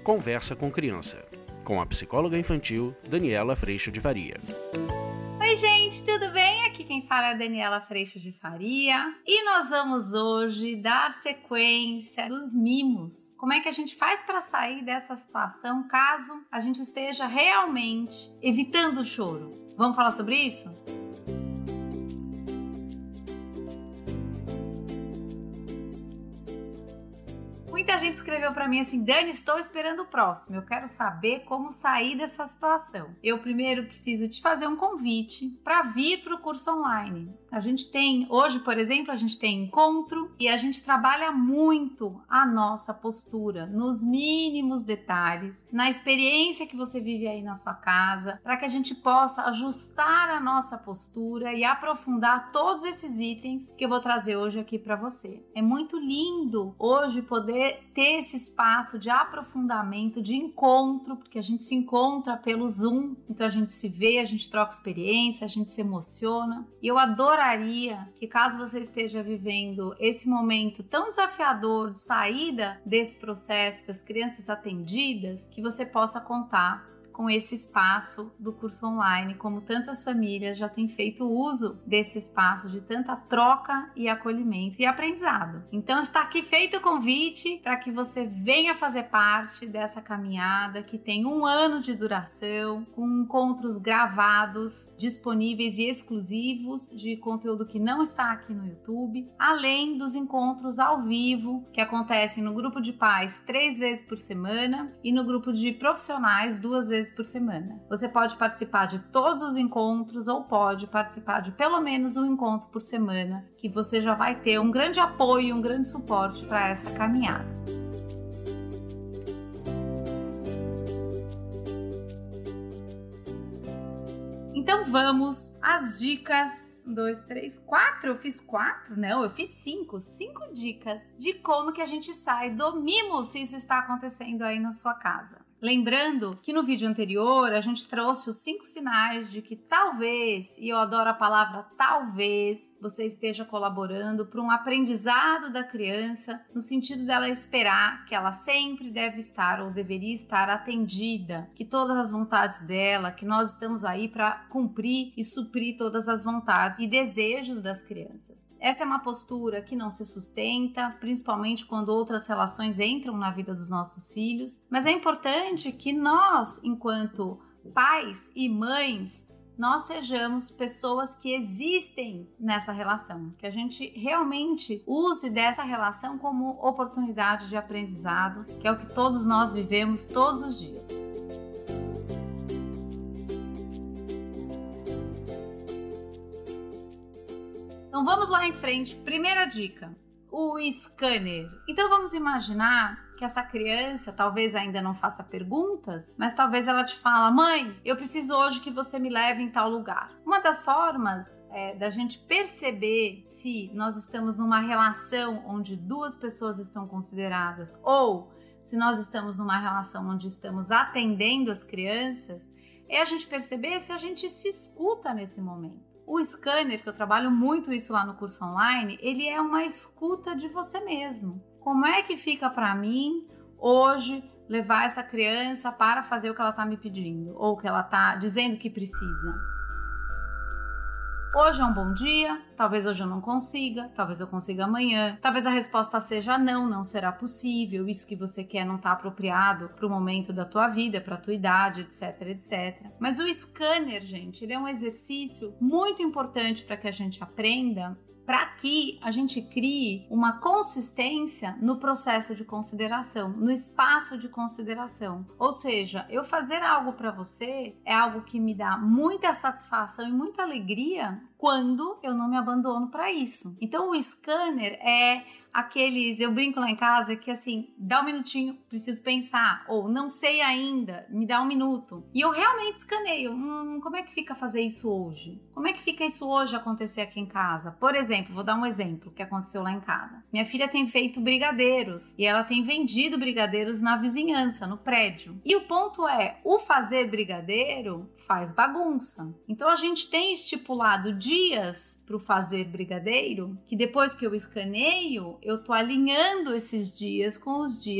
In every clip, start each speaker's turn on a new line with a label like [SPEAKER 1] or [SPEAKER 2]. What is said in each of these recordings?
[SPEAKER 1] Conversa com Criança, com a psicóloga infantil Daniela Freixo de Faria.
[SPEAKER 2] Oi gente, tudo bem? Aqui quem fala é a Daniela Freixo de Faria e nós vamos hoje dar sequência dos mimos. Como é que a gente faz para sair dessa situação caso a gente esteja realmente evitando o choro? Vamos falar sobre isso? Muita gente escreveu para mim assim: Dani, estou esperando o próximo, eu quero saber como sair dessa situação. Eu primeiro preciso te fazer um convite para vir para o curso online. A gente tem, hoje por exemplo, a gente tem encontro e a gente trabalha muito a nossa postura, nos mínimos detalhes, na experiência que você vive aí na sua casa, para que a gente possa ajustar a nossa postura e aprofundar todos esses itens que eu vou trazer hoje aqui para você. É muito lindo hoje poder ter esse espaço de aprofundamento, de encontro, porque a gente se encontra pelo Zoom, então a gente se vê, a gente troca experiência, a gente se emociona. E eu adoraria que, caso você esteja vivendo esse momento tão desafiador de saída desse processo das crianças atendidas, que você possa contar com esse espaço do curso online, como tantas famílias já têm feito uso desse espaço de tanta troca e acolhimento e aprendizado. Então está aqui feito o convite para que você venha fazer parte dessa caminhada que tem 1 ano de duração, com encontros gravados, disponíveis e exclusivos de conteúdo que não está aqui no YouTube, além dos encontros ao vivo que acontecem no grupo de pais 3 vezes por semana e no grupo de profissionais 2 vezes por semana. Você pode participar de todos os encontros ou pode participar de pelo menos um encontro por semana, que você já vai ter um grande apoio, um grande suporte para essa caminhada. Então vamos às dicas. 1, 2, 3, 4, eu fiz 4? Não, eu fiz 5 dicas de como que a gente sai do mimo se isso está acontecendo aí na sua casa. Lembrando que no vídeo anterior a gente trouxe os 5 sinais de que talvez, e eu adoro a palavra talvez, você esteja colaborando para um aprendizado da criança, no sentido dela esperar que ela sempre deve estar ou deveria estar atendida, que todas as vontades dela, que nós estamos aí para cumprir e suprir todas as vontades e desejos das crianças. Essa é uma postura que não se sustenta, principalmente quando outras relações entram na vida dos nossos filhos, mas é importante que nós, enquanto pais e mães, nós sejamos pessoas que existem nessa relação, que a gente realmente use dessa relação como oportunidade de aprendizado, que é o que todos nós vivemos todos os dias. Então vamos lá em frente. Primeira dica, o scanner. Então vamos imaginar que essa criança talvez ainda não faça perguntas, mas talvez ela te fala: mãe, eu preciso hoje que você me leve em tal lugar. Uma das formas da gente perceber se nós estamos numa relação onde 2 pessoas estão consideradas ou se nós estamos numa relação onde estamos atendendo as crianças é a gente perceber se a gente se escuta nesse momento. O scanner, que eu trabalho muito isso lá no curso online, ele é uma escuta de você mesmo. Como é que fica para mim hoje levar essa criança para fazer o que ela está me pedindo ou o que ela está dizendo que precisa? Hoje é um bom dia, talvez hoje eu não consiga, talvez eu consiga amanhã, talvez a resposta seja não será possível, isso que você quer não está apropriado para o momento da tua vida, para a tua idade, etc, etc. Mas o scanner, gente, ele é um exercício muito importante para que a gente aprenda, para que a gente crie uma consistência no processo de consideração, no espaço de consideração. Ou seja, eu fazer algo para você é algo que me dá muita satisfação e muita alegria quando eu não me abandono para isso. Então o scanner é aqueles, eu brinco lá em casa que assim, dá um minutinho, preciso pensar, ou não sei ainda, me dá 1 minuto. E eu realmente escaneio, como é que fica fazer isso hoje? Como é que fica isso hoje acontecer aqui em casa? Por exemplo, vou dar um exemplo que aconteceu lá em casa. Minha filha tem feito brigadeiros e ela tem vendido brigadeiros na vizinhança, no prédio. E o ponto é, o fazer brigadeiro faz bagunça. Então a gente tem estipulado dias para o fazer brigadeiro, que depois que eu escaneio, eu tô alinhando esses dias com os dias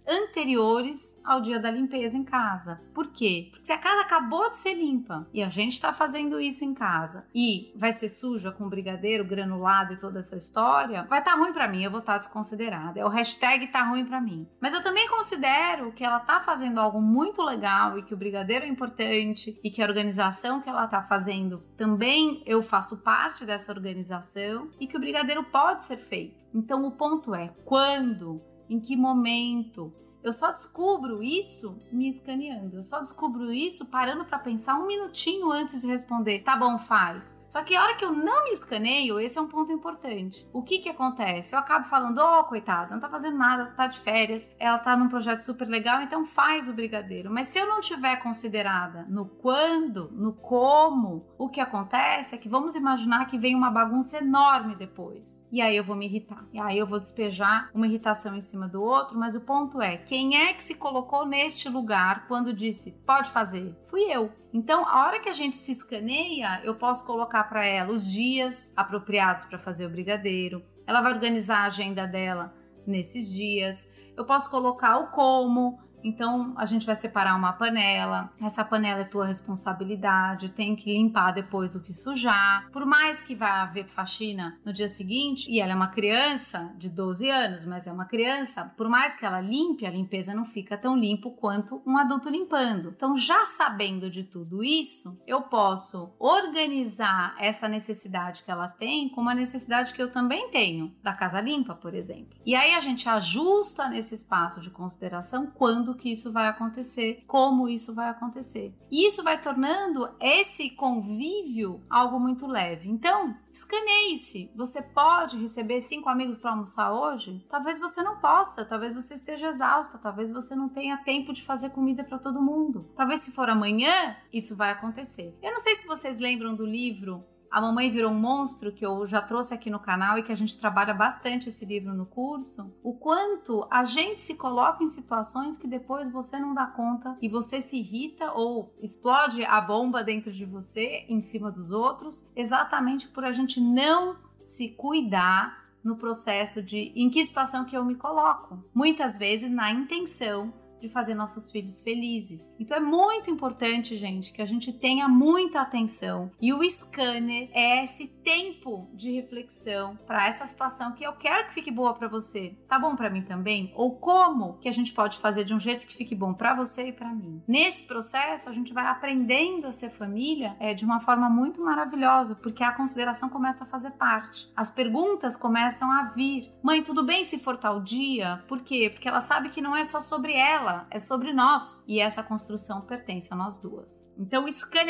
[SPEAKER 2] anteriores ao dia da limpeza em casa. Por quê? Porque se a casa acabou de ser limpa e a gente está fazendo isso em casa e vai ser suja com brigadeiro, granulado e toda essa história, vai estar ruim para mim, eu vou estar desconsiderada. É o hashtag tá ruim para mim. Mas eu também considero que ela tá fazendo algo muito legal e que o brigadeiro é importante e que a organização que ela tá fazendo também eu faço parte dessa organização e que o brigadeiro pode ser feito. Então o ponto é quando, em que momento. Eu só descubro isso me escaneando. Eu só descubro isso parando para pensar um minutinho antes de responder. Tá bom, faz. Só que a hora que eu não me escaneio, esse é um ponto importante. O que acontece? Eu acabo falando, coitada, não tá fazendo nada, tá de férias, ela tá num projeto super legal, então faz o brigadeiro. Mas se eu não tiver considerada no quando, no como, o que acontece é que vamos imaginar que vem uma bagunça enorme depois. E aí eu vou me irritar. E aí eu vou despejar uma irritação em cima do outro, mas o ponto é, quem é que se colocou neste lugar quando disse, pode fazer? Fui eu. Então, a hora que a gente se escaneia, eu posso colocar para ela os dias apropriados para fazer o brigadeiro. Ela vai organizar a agenda dela nesses dias. Eu posso colocar o como. Então, a gente vai separar uma panela. Essa panela é tua responsabilidade. Tem que limpar depois o que sujar. Por mais que vá haver faxina no dia seguinte, e ela é uma criança de 12 anos, mas é uma criança, por mais que ela limpe, a limpeza não fica tão limpo quanto um adulto limpando. Então, já sabendo de tudo isso, eu posso organizar essa necessidade que ela tem com uma necessidade que eu também tenho, da casa limpa, por exemplo. E aí a gente ajusta nesse espaço de consideração quando que isso vai acontecer, como isso vai acontecer. E isso vai tornando esse convívio algo muito leve. Então, escaneie-se. Você pode receber 5 amigos para almoçar hoje? Talvez você não possa, talvez você esteja exausta, talvez você não tenha tempo de fazer comida para todo mundo. Talvez se for amanhã, isso vai acontecer. Eu não sei se vocês lembram do livro A Mamãe Virou um Monstro, que eu já trouxe aqui no canal e que a gente trabalha bastante esse livro no curso, o quanto a gente se coloca em situações que depois você não dá conta e você se irrita ou explode a bomba dentro de você, em cima dos outros, exatamente por a gente não se cuidar no processo de em que situação que eu me coloco. Muitas vezes na intenção de fazer nossos filhos felizes. Então é muito importante, gente, que a gente tenha muita atenção. E o scanner é esse tempo de reflexão para essa situação que eu quero que fique boa para você. Tá bom para mim também? Ou como que a gente pode fazer de um jeito que fique bom para você e para mim? Nesse processo, a gente vai aprendendo a ser família de uma forma muito maravilhosa, porque a consideração começa a fazer parte. As perguntas começam a vir. Mãe, tudo bem se for tal dia? Por quê? Porque ela sabe que não é só sobre ela, é sobre nós. E essa construção pertence a nós duas. Então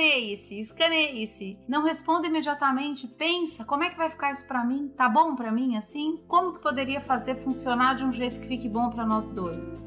[SPEAKER 2] escaneie-se. Não responda imediatamente, pensa, como é que vai ficar isso pra mim? Tá bom pra mim assim? Como que poderia fazer funcionar de um jeito que fique bom pra nós dois?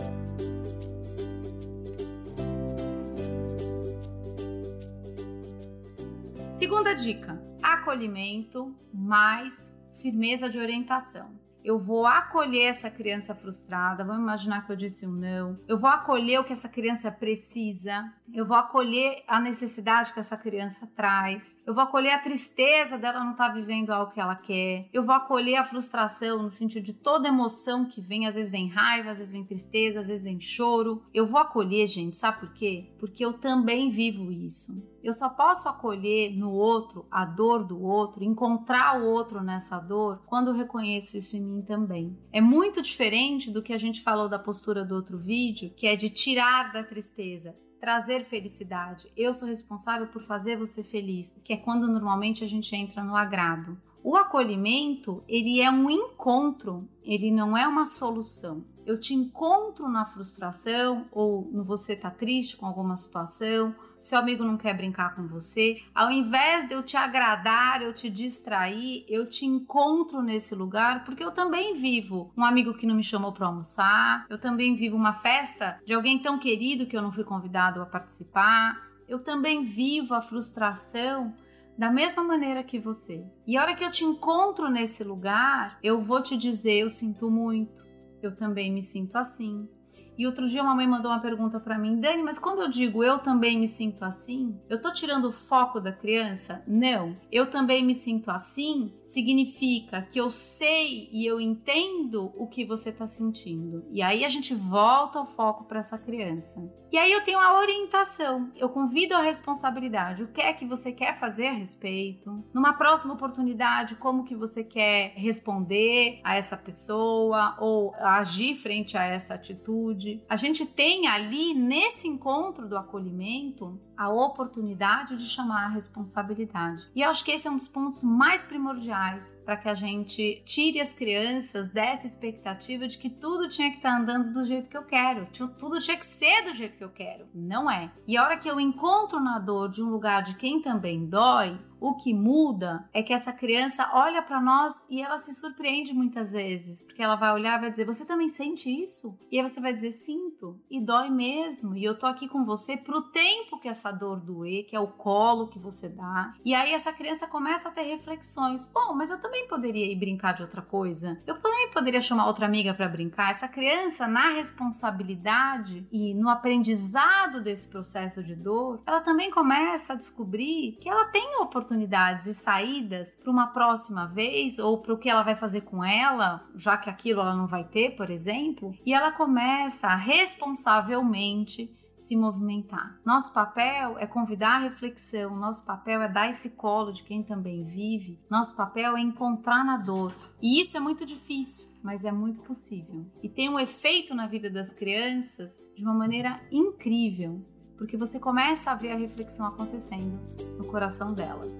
[SPEAKER 2] Segunda dica, acolhimento mais firmeza de orientação. Eu vou acolher essa criança frustrada, vamos imaginar que eu disse um não. Eu vou acolher o que essa criança precisa. Eu vou acolher a necessidade que essa criança traz. Eu vou acolher a tristeza dela não estar vivendo algo que ela quer. Eu vou acolher a frustração no sentido de toda emoção que vem. Às vezes vem raiva, às vezes vem tristeza, às vezes vem choro. Eu vou acolher, gente, sabe por quê? Porque eu também vivo isso. Eu só posso acolher no outro a dor do outro, encontrar o outro nessa dor, quando eu reconheço isso em mim também. É muito diferente do que a gente falou da postura do outro vídeo, que é de tirar da tristeza, trazer felicidade. Eu sou responsável por fazer você feliz, que é quando normalmente a gente entra no agrado. O acolhimento, ele é um encontro, ele não é uma solução. Eu te encontro na frustração ou no você tá triste com alguma situação, seu amigo não quer brincar com você, ao invés de eu te agradar, eu te distrair, eu te encontro nesse lugar, porque eu também vivo um amigo que não me chamou para almoçar, eu também vivo uma festa de alguém tão querido que eu não fui convidado a participar, eu também vivo a frustração da mesma maneira que você. E a hora que eu te encontro nesse lugar, eu vou te dizer, eu sinto muito, eu também me sinto assim. E outro dia uma mãe mandou uma pergunta para mim: Dani, mas quando eu digo eu também me sinto assim, eu tô tirando o foco da criança? Não. Eu também me sinto assim significa que eu sei e eu entendo o que você está sentindo. E aí a gente volta o foco para essa criança. E aí eu tenho a orientação, eu convido a responsabilidade. O que é que você quer fazer a respeito? Numa próxima oportunidade, como que você quer responder a essa pessoa ou agir frente a essa atitude? A gente tem ali, nesse encontro do acolhimento, a oportunidade de chamar a responsabilidade. E eu acho que esse é um dos pontos mais primordiais para que a gente tire as crianças dessa expectativa de que tudo tinha que estar andando do jeito que eu quero, tudo tinha que ser do jeito que eu quero. Não é. E a hora que eu encontro na dor de um lugar de quem também dói, o que muda é que essa criança olha para nós e ela se surpreende muitas vezes, porque ela vai olhar e vai dizer: você também sente isso? E aí você vai dizer: sinto, e dói mesmo, e eu tô aqui com você pro tempo que essa dor doer, que é o colo que você dá. E aí essa criança começa a ter reflexões: bom, mas eu também poderia ir brincar de outra coisa, eu também poderia chamar outra amiga para brincar. Essa criança, na responsabilidade e no aprendizado desse processo de dor, ela também começa a descobrir que ela tem oportunidades e saídas para uma próxima vez, ou para o que ela vai fazer com ela, já que aquilo ela não vai ter, por exemplo, e ela começa a responsavelmente se movimentar. Nosso papel é convidar a reflexão, nosso papel é dar esse colo de quem também vive, nosso papel é encontrar na dor. E isso é muito difícil, mas é muito possível. E tem um efeito na vida das crianças de uma maneira incrível, porque você começa a ver a reflexão acontecendo no coração delas.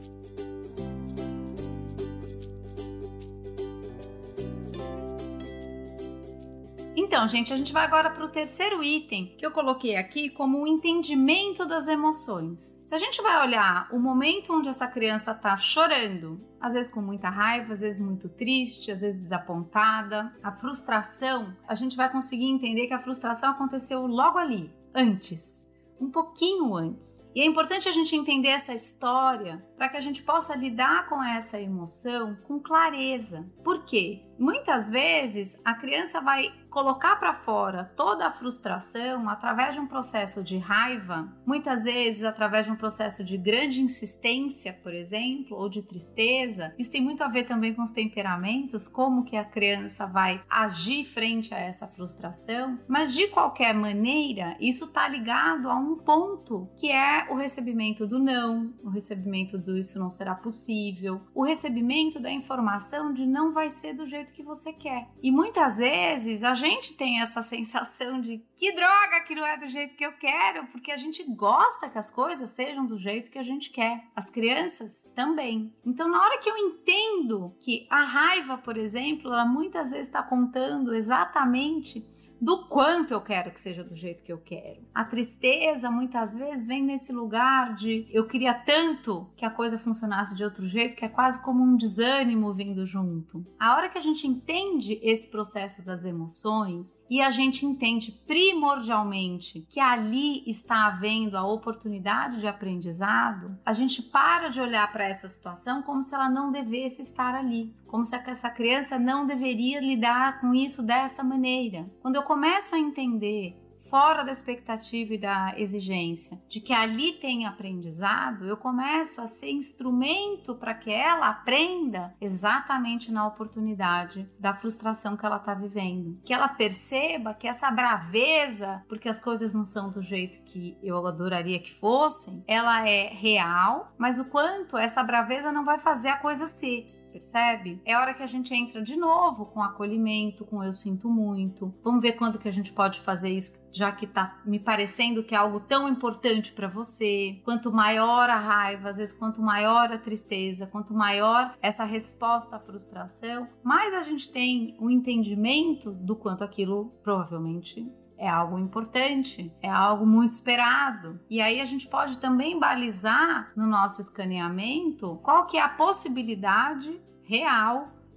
[SPEAKER 2] Então, gente, a gente vai agora para o terceiro item que eu coloquei aqui como o entendimento das emoções. Se a gente vai olhar o momento onde essa criança está chorando, às vezes com muita raiva, às vezes muito triste, às vezes desapontada, a frustração, a gente vai conseguir entender que a frustração aconteceu logo ali, antes. Um pouquinho antes. E é importante a gente entender essa história para que a gente possa lidar com essa emoção com clareza. Por quê? Muitas vezes a criança vai colocar para fora toda a frustração através de um processo de raiva, muitas vezes através de um processo de grande insistência, por exemplo, ou de tristeza. Isso tem muito a ver também com os temperamentos, como que a criança vai agir frente a essa frustração. Mas de qualquer maneira, isso está ligado a um ponto que é o recebimento do não, o recebimento do isso não será possível, o recebimento da informação de não vai ser do jeito que você quer. E muitas vezes a gente tem essa sensação de que droga que não é do jeito que eu quero, porque a gente gosta que as coisas sejam do jeito que a gente quer. As crianças também. Então, na hora que eu entendo que a raiva, por exemplo, ela muitas vezes está contando exatamente do quanto eu quero que seja do jeito que eu quero. A tristeza muitas vezes vem nesse lugar de eu queria tanto que a coisa funcionasse de outro jeito, que é quase como um desânimo vindo junto. A hora que a gente entende esse processo das emoções e a gente entende primordialmente que ali está havendo a oportunidade de aprendizado, a gente para de olhar para essa situação como se ela não devesse estar ali, como se essa criança não deveria lidar com isso dessa maneira. Quando eu começo a entender, fora da expectativa e da exigência, de que ali tem aprendizado, eu começo a ser instrumento para que ela aprenda exatamente na oportunidade da frustração que ela está vivendo. Que ela perceba que essa braveza, porque as coisas não são do jeito que eu adoraria que fossem, ela é real, mas o quanto essa braveza não vai fazer a coisa ser. Percebe? É hora que a gente entra de novo com acolhimento, com eu sinto muito. Vamos ver quando que a gente pode fazer isso, já que tá me parecendo que é algo tão importante para você. Quanto maior a raiva, às vezes quanto maior a tristeza, quanto maior essa resposta à frustração, mais a gente tem o entendimento do quanto aquilo provavelmente é algo importante, é algo muito esperado. E aí a gente pode também balizar no nosso escaneamento qual que é a possibilidade real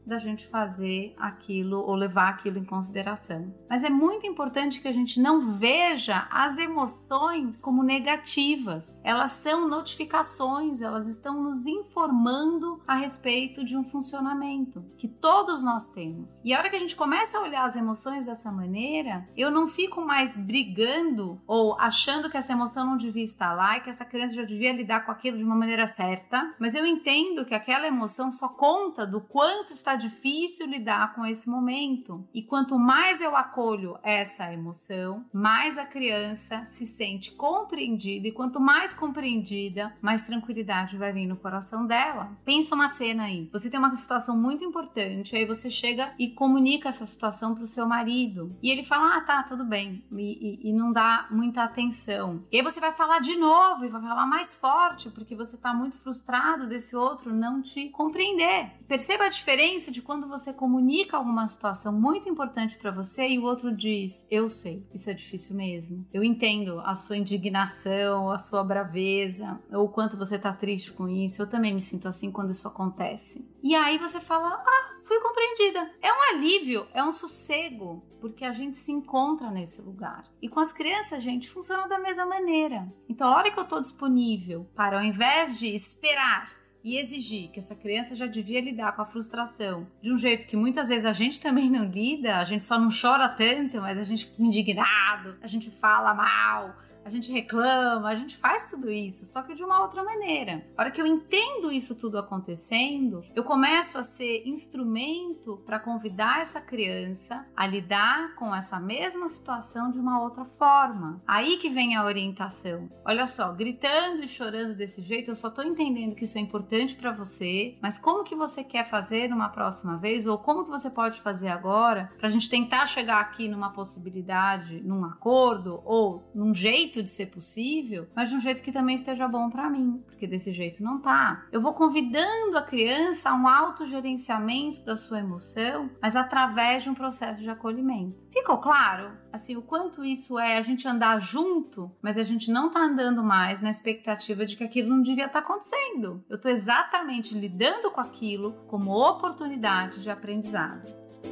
[SPEAKER 2] da gente fazer aquilo ou levar aquilo em consideração. Mas é muito importante que a gente não veja as emoções como negativas. Elas são notificações, elas estão nos informando a respeito de um funcionamento que todos nós temos. E a hora que a gente começa a olhar as emoções dessa maneira, eu não fico mais brigando ou achando que essa emoção não devia estar lá e que essa criança já devia lidar com aquilo de uma maneira certa, mas eu entendo que aquela emoção só conta do quanto está difícil lidar com esse momento. E quanto mais eu acolho essa emoção, mais a criança se sente compreendida, e quanto mais compreendida, mais tranquilidade vai vir no coração dela. Pensa uma cena aí, você tem uma situação muito importante, aí você chega e comunica essa situação para o seu marido, e ele fala, tá, tudo bem, e não dá muita atenção. E aí você vai falar de novo, e vai falar mais forte, porque você está muito frustrado desse outro não te compreender. Perceba a diferença de quando você comunica alguma situação muito importante para você e o outro diz, eu sei, isso é difícil mesmo. Eu entendo a sua indignação, a sua braveza, ou o quanto você tá triste com isso. Eu também me sinto assim quando isso acontece. E aí você fala, fui compreendida. É um alívio, é um sossego, porque a gente se encontra nesse lugar. E com as crianças, gente, funciona da mesma maneira. Então, a hora que eu tô disponível para, ao invés de esperar e exigir que essa criança já devia lidar com a frustração de um jeito que muitas vezes a gente também não lida, a gente só não chora tanto, mas a gente fica indignado, a gente fala mal, a gente reclama, a gente faz tudo isso, só que de uma outra maneira. A hora que eu entendo isso tudo acontecendo, eu começo a ser instrumento para convidar essa criança a lidar com essa mesma situação de uma outra forma. Aí que vem a orientação. Olha só, gritando e chorando desse jeito, eu só estou entendendo que isso é importante para você, mas como que você quer fazer numa próxima vez, ou como que você pode fazer agora, para a gente tentar chegar aqui numa possibilidade, num acordo, ou num jeito de ser possível, mas de um jeito que também esteja bom para mim, porque desse jeito não tá. Eu vou convidando a criança a um autogerenciamento da sua emoção, mas através de um processo de acolhimento. Ficou claro? Assim, o quanto isso é a gente andar junto, mas a gente não tá andando mais na expectativa de que aquilo não devia estar acontecendo. Eu tô exatamente lidando com aquilo como oportunidade de aprendizado.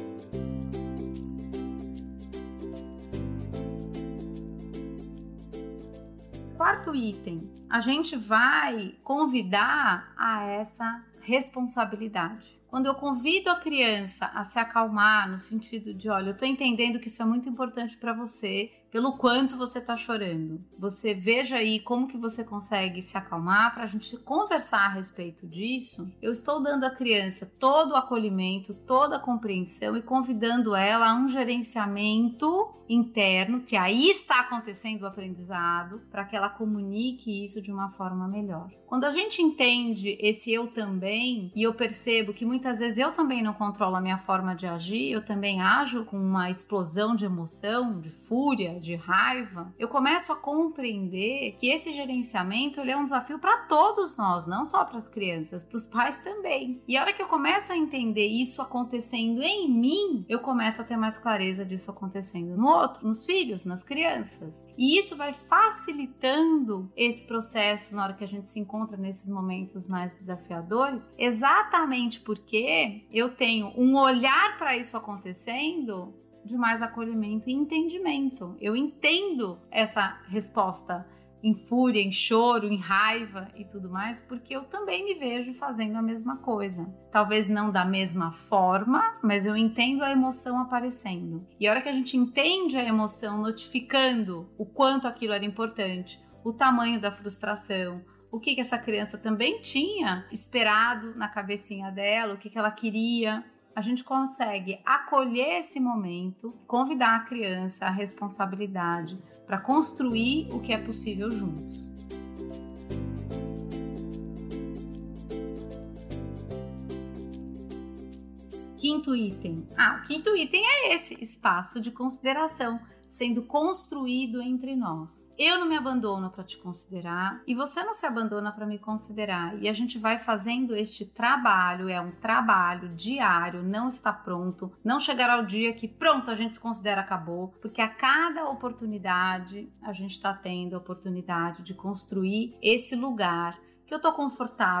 [SPEAKER 2] Quarto item, a gente vai convidar a essa responsabilidade. Quando eu convido a criança a se acalmar, no sentido de, olha, eu tô entendendo que isso é muito importante para você, pelo quanto você tá chorando. Você veja aí como que você consegue se acalmar para a gente conversar a respeito disso. Eu estou dando à criança todo o acolhimento, toda a compreensão e convidando ela a um gerenciamento interno, que aí está acontecendo o aprendizado, para que ela comunique isso de uma forma melhor. Quando a gente entende esse eu também, e eu percebo que muitas vezes eu também não controlo a minha forma de agir, eu também ajo com uma explosão de emoção, de fúria, de raiva, eu começo a compreender que esse gerenciamento ele é um desafio para todos nós, não só para as crianças, para os pais também. E a hora que eu começo a entender isso acontecendo em mim, eu começo a ter mais clareza disso acontecendo no outro, nos filhos, nas crianças. E isso vai facilitando esse processo na hora que a gente se encontra nesses momentos mais desafiadores, exatamente porque eu tenho um olhar para isso acontecendo de mais acolhimento e entendimento. Eu entendo essa resposta em fúria, em choro, em raiva e tudo mais, porque eu também me vejo fazendo a mesma coisa. Talvez não da mesma forma, mas eu entendo a emoção aparecendo. E a hora que a gente entende a emoção notificando o quanto aquilo era importante, o tamanho da frustração, o que essa criança também tinha esperado na cabecinha dela, o que ela queria, a gente consegue acolher esse momento, convidar a criança à responsabilidade para construir o que é possível juntos. Quinto item. O quinto item é esse, espaço de consideração sendo construído entre nós. Eu não me abandono para te considerar e você não se abandona para me considerar. E a gente vai fazendo este trabalho, é um trabalho diário, não está pronto, não chegará o dia que pronto, a gente se considera acabou, porque a cada oportunidade a gente está tendo a oportunidade de construir esse lugar que eu tô confortável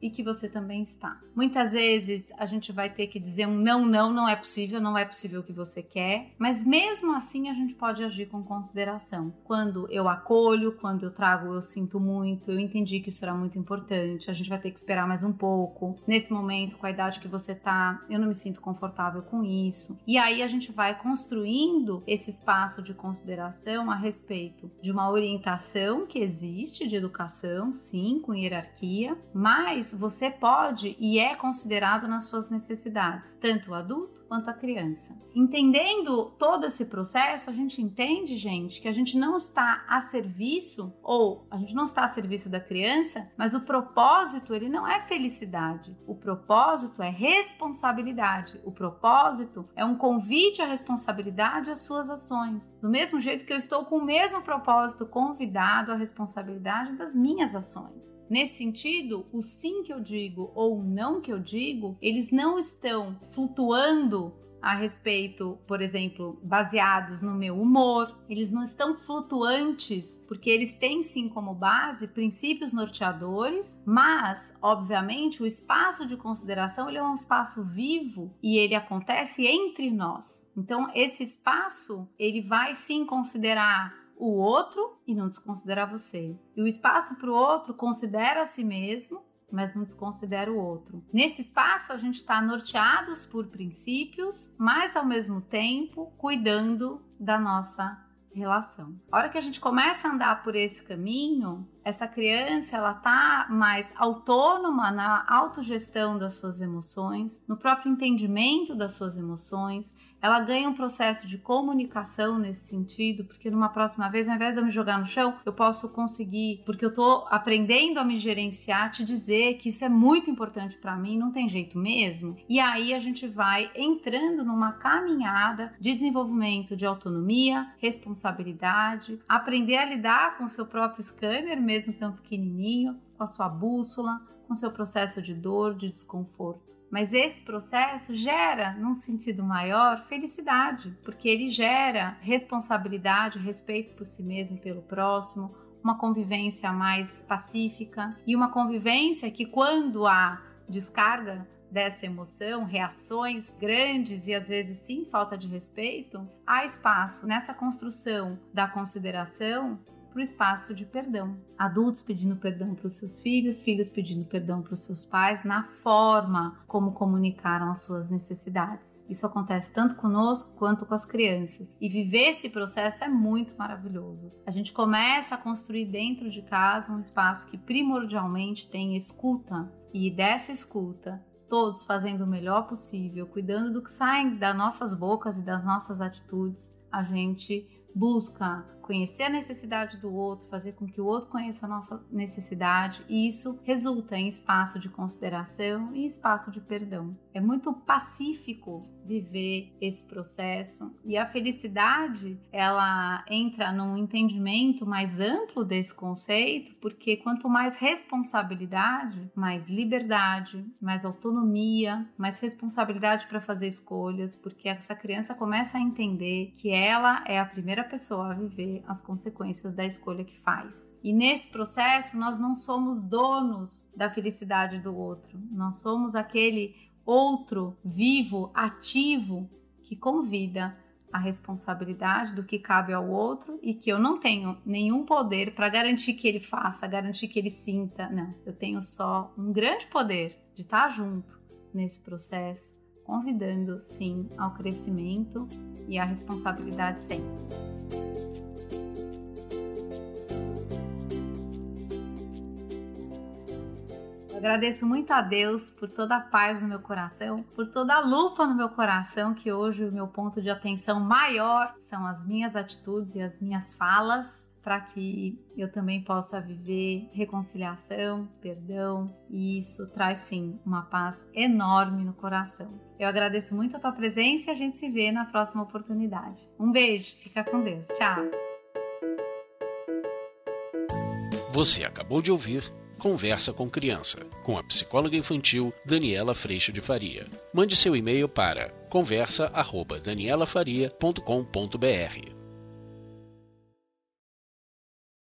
[SPEAKER 2] e que você também está. Muitas vezes a gente vai ter que dizer um não é possível o que você quer, mas mesmo assim a gente pode agir com consideração. Quando eu acolho, quando eu trago eu sinto muito, eu entendi que isso era muito importante, a gente vai ter que esperar mais um pouco. Nesse momento, com a idade que você tá, eu não me sinto confortável com isso. E aí a gente vai construindo esse espaço de consideração a respeito de uma orientação que existe de educação, sim, com hierarquia, mas você pode e é considerado nas suas necessidades, tanto o adulto quanto a criança. Entendendo todo esse processo, a gente entende, gente, que a gente não está a serviço, ou a gente não está a serviço da criança, mas o propósito, ele não é felicidade. O propósito é responsabilidade. O propósito é um convite à responsabilidade às suas ações. Do mesmo jeito que eu estou com o mesmo propósito convidado à responsabilidade das minhas ações. Nesse sentido, o sim que eu digo ou o não que eu digo, eles não estão flutuando a respeito, por exemplo, baseados no meu humor, eles não estão flutuantes, porque eles têm sim como base princípios norteadores, mas, obviamente, o espaço de consideração ele é um espaço vivo e ele acontece entre nós. Então, esse espaço, ele vai sim considerar o outro e não desconsiderar você. E o espaço para o outro considera a si mesmo, mas não desconsidera o outro. Nesse espaço, a gente está norteados por princípios, mas ao mesmo tempo cuidando da nossa relação. A hora que a gente começa a andar por esse caminho, essa criança ela tá mais autônoma na autogestão das suas emoções, no próprio entendimento das suas emoções. Ela ganha um processo de comunicação nesse sentido, porque numa próxima vez, ao invés de eu me jogar no chão, eu posso conseguir, porque eu tô aprendendo a me gerenciar, te dizer que isso é muito importante para mim, não tem jeito mesmo. E aí a gente vai entrando numa caminhada de desenvolvimento de autonomia, responsabilidade, aprender a lidar com o seu próprio scanner, mesmo tão pequenininho, com a sua bússola, com o seu processo de dor, de desconforto. Mas esse processo gera, num sentido maior, felicidade, porque ele gera responsabilidade, respeito por si mesmo e pelo próximo, uma convivência mais pacífica e uma convivência que, quando há descarga dessa emoção, reações grandes e às vezes sim falta de respeito, há espaço nessa construção da consideração para o espaço de perdão. Adultos pedindo perdão para os seus filhos, filhos pedindo perdão para os seus pais na forma como comunicaram as suas necessidades. Isso acontece tanto conosco quanto com as crianças. E viver esse processo é muito maravilhoso. A gente começa a construir dentro de casa um espaço que primordialmente tem escuta. E dessa escuta, todos fazendo o melhor possível, cuidando do que sai das nossas bocas e das nossas atitudes, a gente busca conhecer a necessidade do outro, fazer com que o outro conheça a nossa necessidade, e isso resulta em espaço de consideração e espaço de perdão. É muito pacífico viver esse processo, e a felicidade, ela entra num entendimento mais amplo desse conceito, porque quanto mais responsabilidade, mais liberdade, mais autonomia, mais responsabilidade para fazer escolhas, porque essa criança começa a entender que ela é a primeira pessoa a viver as consequências da escolha que faz. E nesse processo nós não somos donos da felicidade do outro, nós somos aquele outro vivo, ativo, que convida a responsabilidade do que cabe ao outro e que eu não tenho nenhum poder para garantir que ele faça, garantir que ele sinta. Não, eu tenho só um grande poder de estar junto nesse processo, convidando sim ao crescimento e à responsabilidade sempre. Agradeço muito a Deus por toda a paz no meu coração, por toda a lupa no meu coração, que hoje o meu ponto de atenção maior são as minhas atitudes e as minhas falas, para que eu também possa viver reconciliação, perdão, e isso traz sim uma paz enorme no coração. Eu agradeço muito a tua presença e a gente se vê na próxima oportunidade. Um beijo, fica com Deus, tchau!
[SPEAKER 1] Você acabou de ouvir Conversa com Criança, com a psicóloga infantil Daniela Freixo de Faria. Mande seu e-mail para conversa@danielafaria.com.br.